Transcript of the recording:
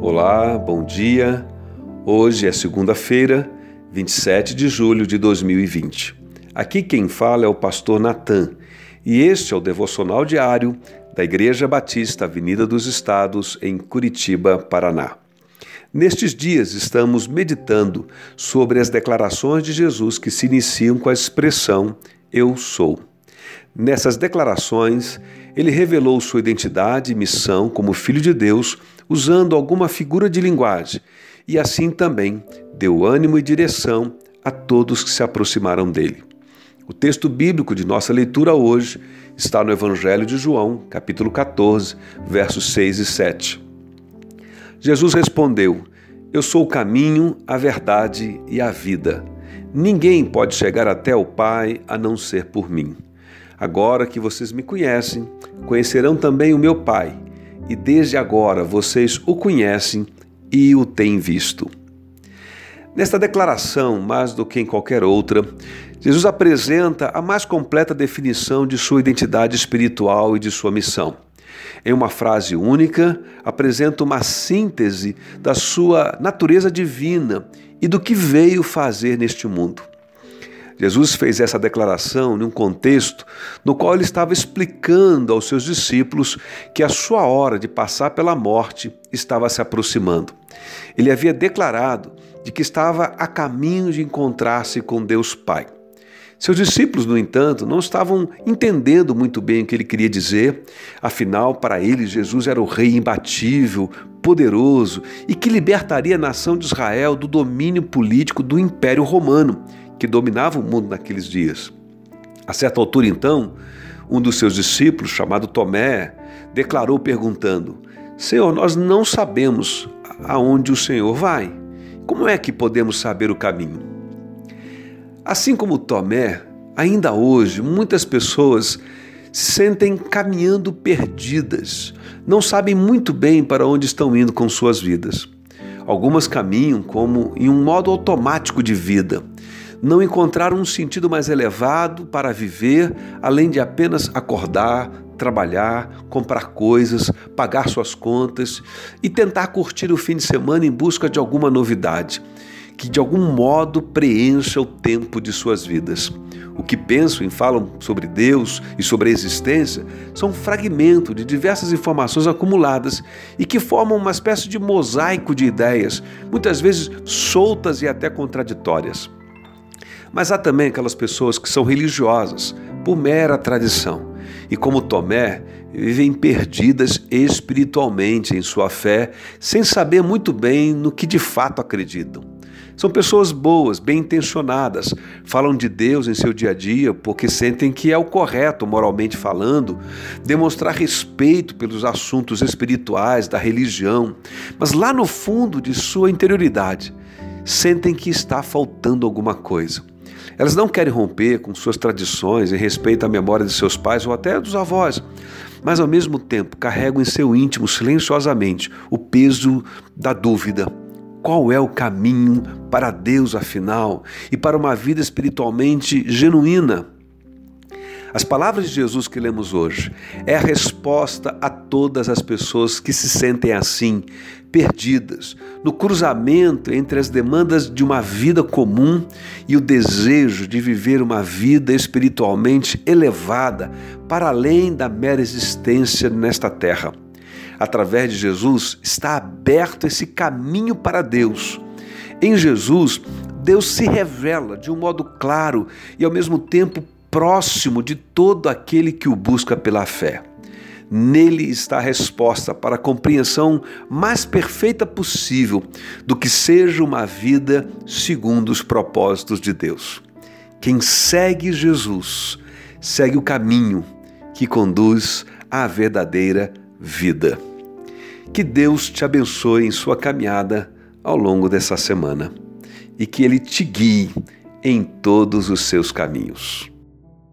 Olá, bom dia. Hoje é segunda-feira, 27 de julho de 2020. Aqui quem fala é o pastor Natan e este é o devocional diário da Igreja Batista Avenida dos Estados, em Curitiba, Paraná. Nestes dias estamos meditando sobre as declarações de Jesus que se iniciam com a expressão "Eu sou". Nessas declarações, ele revelou sua identidade e missão como Filho de Deus usando alguma figura de linguagem e assim também deu ânimo e direção a todos que se aproximaram dele. O texto bíblico de nossa leitura hoje está no Evangelho de João, capítulo 14, versos 6 e 7. Jesus respondeu: "Eu sou o caminho, a verdade e a vida. Ninguém pode chegar até o Pai a não ser por mim. Agora que vocês me conhecem, conhecerão também o meu Pai, e desde agora vocês o conhecem e o têm visto." Nesta declaração, mais do que em qualquer outra, Jesus apresenta a mais completa definição de sua identidade espiritual e de sua missão. Em uma frase única, apresenta uma síntese da sua natureza divina e do que veio fazer neste mundo. Jesus fez essa declaração num contexto no qual ele estava explicando aos seus discípulos que a sua hora de passar pela morte estava se aproximando. Ele havia declarado de que estava a caminho de encontrar-se com Deus Pai. Seus discípulos, no entanto, não estavam entendendo muito bem o que ele queria dizer, afinal, para eles, Jesus era o rei imbatível, poderoso e que libertaria a nação de Israel do domínio político do Império Romano, que dominava o mundo naqueles dias. A certa altura, então, um dos seus discípulos, chamado Tomé, declarou perguntando: "Senhor, nós não sabemos aonde o Senhor vai. Como é que podemos saber o caminho?" Assim como Tomé, ainda hoje, muitas pessoas se sentem caminhando perdidas, não sabem muito bem para onde estão indo com suas vidas. Algumas caminham como em um modo automático de vida, não encontraram um sentido mais elevado para viver, além de apenas acordar, trabalhar, comprar coisas, pagar suas contas e tentar curtir o fim de semana em busca de alguma novidade, que de algum modo preencha o tempo de suas vidas. O que pensam e falam sobre Deus e sobre a existência são um fragmento de diversas informações acumuladas e que formam uma espécie de mosaico de ideias, muitas vezes soltas e até contraditórias. Mas há também aquelas pessoas que são religiosas por mera tradição e, como Tomé, vivem perdidas espiritualmente em sua fé, sem saber muito bem no que de fato acreditam. São pessoas boas, bem intencionadas, falam de Deus em seu dia a dia porque sentem que é o correto, moralmente falando, demonstrar respeito pelos assuntos espirituais da religião, mas lá no fundo de sua interioridade, sentem que está faltando alguma coisa. Elas não querem romper com suas tradições em respeito à memória de seus pais ou até dos avós, mas ao mesmo tempo carregam em seu íntimo silenciosamente o peso da dúvida. Qual é o caminho para Deus, afinal, e para uma vida espiritualmente genuína? As palavras de Jesus que lemos hoje é a resposta a todas as pessoas que se sentem assim, perdidas, no cruzamento entre as demandas de uma vida comum e o desejo de viver uma vida espiritualmente elevada para além da mera existência nesta terra. Através de Jesus está aberto esse caminho para Deus. Em Jesus, Deus se revela de um modo claro e ao mesmo tempo próximo de todo aquele que o busca pela fé. Nele está a resposta para a compreensão mais perfeita possível do que seja uma vida segundo os propósitos de Deus. Quem segue Jesus, segue o caminho que conduz à verdadeira vida. Que Deus te abençoe em sua caminhada ao longo dessa semana e que Ele te guie em todos os seus caminhos.